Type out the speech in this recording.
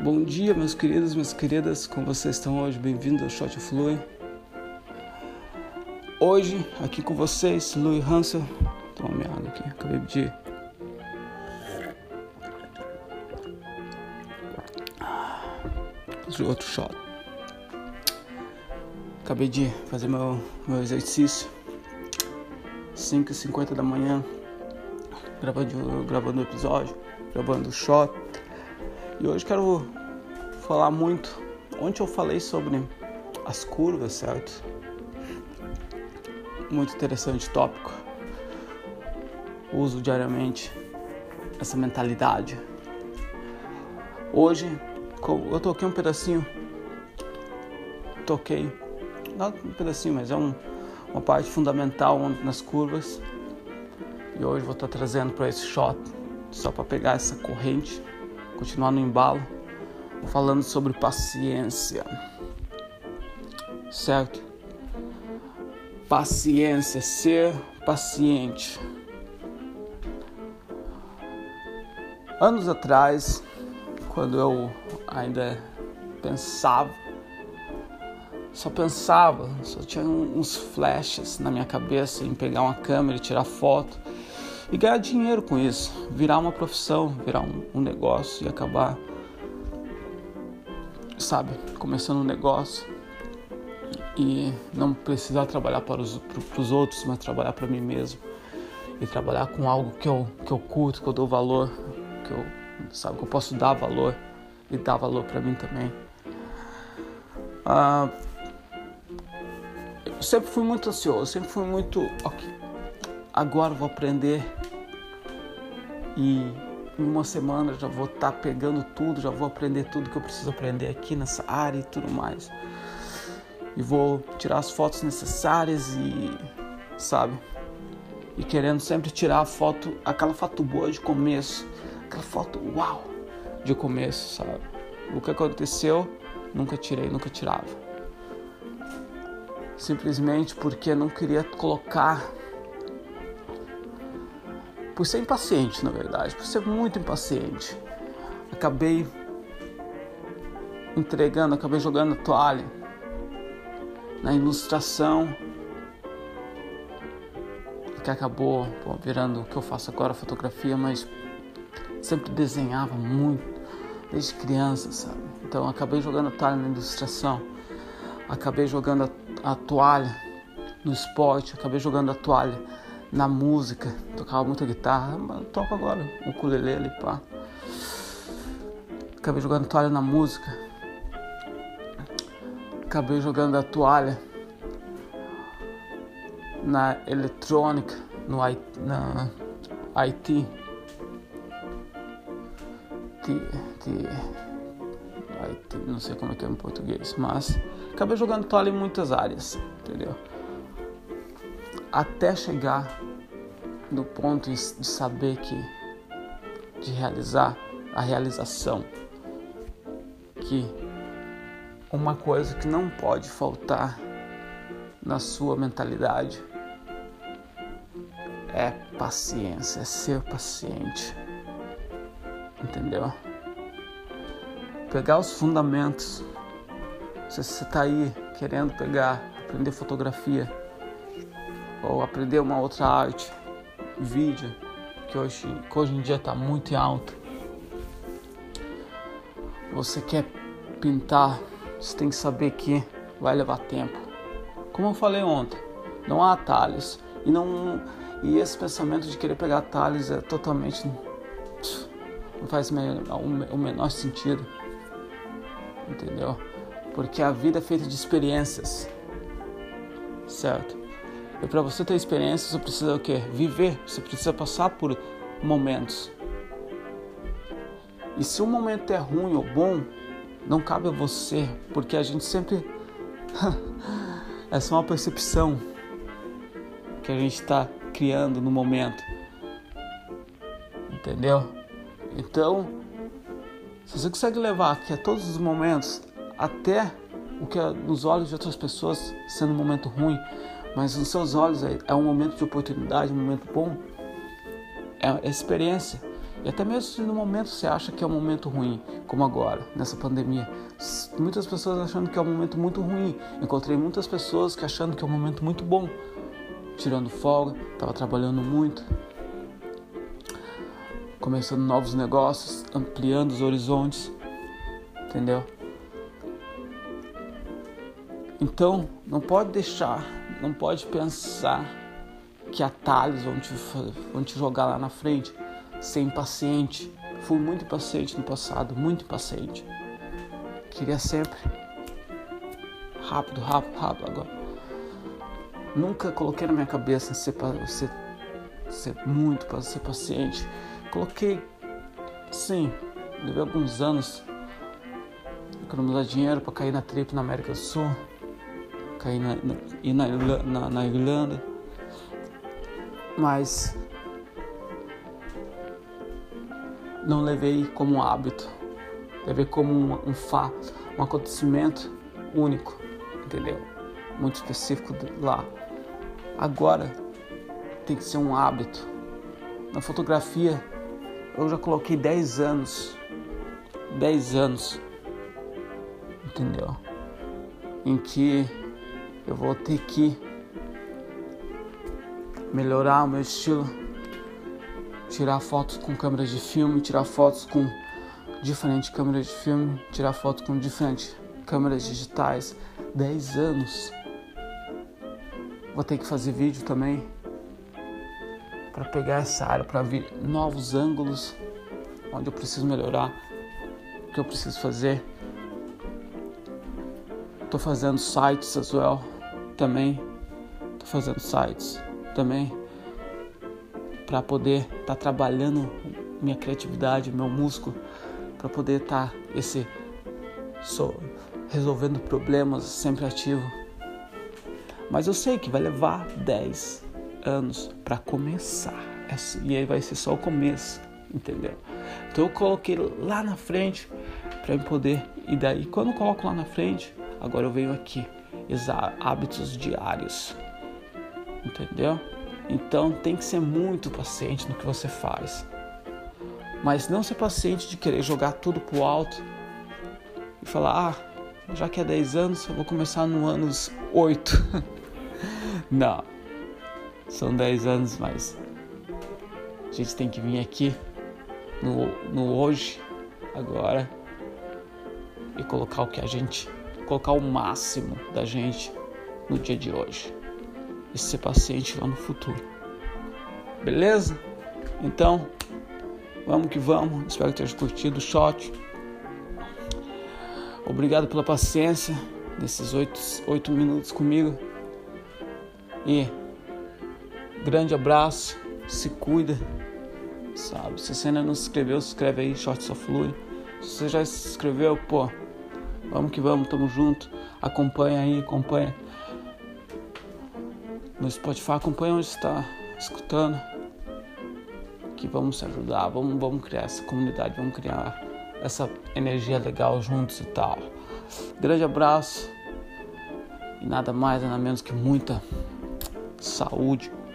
Bom dia, meus queridos, minhas queridas, como vocês estão hoje? Bem-vindos ao Shot of Louis. Hoje, aqui com vocês, Louis Hansel. Toma minha água aqui, acabei de... outro shot. Acabei de fazer meu exercício. 5h50 da manhã, gravando o episódio, gravando o shot. E hoje quero falar muito. Ontem eu falei sobre as curvas, certo? Muito interessante tópico. Uso diariamente essa mentalidade. Hoje eu toquei um pedacinho. Não um pedacinho, mas é uma parte fundamental nas curvas. E hoje vou estar trazendo para esse shot, só para pegar essa corrente, continuar no embalo, falando sobre paciência, certo? Paciência, ser paciente. Anos atrás, quando eu ainda só tinha uns flashes na minha cabeça em pegar uma câmera e tirar foto e ganhar dinheiro com isso, virar uma profissão, virar um negócio e acabar, começando um negócio e não precisar trabalhar para os outros, mas trabalhar para mim mesmo e trabalhar com algo que eu curto, que eu dou valor, que eu posso dar valor e dar valor para mim também. Eu sempre fui muito ansioso, agora eu vou aprender e em uma semana já vou estar pegando tudo, já vou aprender tudo que eu preciso aprender aqui nessa área e tudo mais. E vou tirar as fotos necessárias e querendo sempre tirar aquela foto boa de começo, aquela foto uau de começo, sabe? O que aconteceu, nunca tirava. Simplesmente porque não queria colocar, por ser impaciente, na verdade, por ser muito impaciente, acabei jogando a toalha na ilustração, que acabou virando o que eu faço agora, fotografia, mas sempre desenhava muito, desde criança, sabe? Então acabei jogando a toalha na ilustração, acabei jogando a toalha no esporte, acabei jogando a toalha na música, tocava muita guitarra, toco agora o ukulele, pá. Acabei jogando a toalha na música, acabei jogando a toalha na eletrônica, na IT, não sei como é que é em português, mas acabei jogando toalha em muitas áreas, entendeu? Até chegar no ponto de saber de realizar a realização, que uma coisa que não pode faltar na sua mentalidade é paciência, é ser paciente, entendeu? Pegar os fundamentos. Se você está aí querendo aprender fotografia ou aprender uma outra arte, vídeo, que hoje em dia está muito em alta, você quer pintar, você tem que saber que vai levar tempo. Como eu falei ontem, não há atalhos. E esse pensamento de querer pegar atalhos é totalmente... não faz o menor sentido. Entendeu? Porque a vida é feita de experiências, certo? E para você ter experiências, você precisa o quê? Viver. Você precisa passar por momentos. E se um momento é ruim ou bom, não cabe a você, porque a gente sempre... é só uma percepção que a gente está criando no momento. Entendeu? Então, se você consegue levar aqui a todos os momentos, até o que é nos olhos de outras pessoas sendo um momento ruim, mas nos seus olhos é um momento de oportunidade, um momento bom, é experiência. E até mesmo se no momento você acha que é um momento ruim, como agora, nessa pandemia, muitas pessoas achando que é um momento muito ruim. Encontrei muitas pessoas que achando que é um momento muito bom, tirando folga, estava trabalhando muito, começando novos negócios, ampliando os horizontes, entendeu? Então, não pode pensar que atalhos vão te jogar lá na frente. Ser impaciente. Fui muito impaciente no passado, muito impaciente. Queria sempre rápido agora. Nunca coloquei na minha cabeça ser paciente. Coloquei, sim, levei alguns anos economizar dinheiro para cair na trip na América do Sul, cair na Irlanda, mas não levei como um hábito, levei como um acontecimento único, entendeu? Muito específico lá. Agora tem que ser um hábito. Na fotografia eu já coloquei 10 anos, entendeu? Em que eu vou ter que melhorar o meu estilo, tirar fotos com câmeras de filme, tirar fotos com diferentes câmeras de filme, tirar fotos com diferentes câmeras digitais. 10 anos. Vou ter que fazer vídeo também para pegar essa área, para ver novos ângulos, onde eu preciso melhorar, o que eu preciso fazer. Tô fazendo sites as well também. Para poder estar trabalhando minha criatividade, meu músculo, para poder estar resolvendo problemas, sempre ativo. Mas eu sei que vai levar 10 anos para começar, e aí vai ser só o começo, entendeu? Então eu coloquei lá na frente para eu poder, e daí quando eu coloco lá na frente, agora eu venho aqui, hábitos diários, entendeu? Então tem que ser muito paciente no que você faz. Mas não ser paciente de querer jogar tudo pro alto e falar, já que é 10 anos, eu vou começar no anos 8. Não, são 10 anos, mas a gente tem que vir aqui no hoje, agora, e colocar o máximo da gente no dia de hoje. E ser paciente lá no futuro. Beleza? Então, vamos que vamos. Espero que tenha curtido o shot. Obrigado pela paciência desses 8 minutos comigo. E grande abraço. Se cuida. Sabe? Se você ainda não se inscreveu, se inscreve aí, Short Só Flui. Se você já se inscreveu, vamos que vamos, tamo junto. Acompanha aí. No Spotify, acompanha onde está escutando, que vamos se ajudar, vamos criar essa comunidade, vamos criar essa energia legal juntos e tal. Grande abraço e nada mais, nada menos que muita saúde.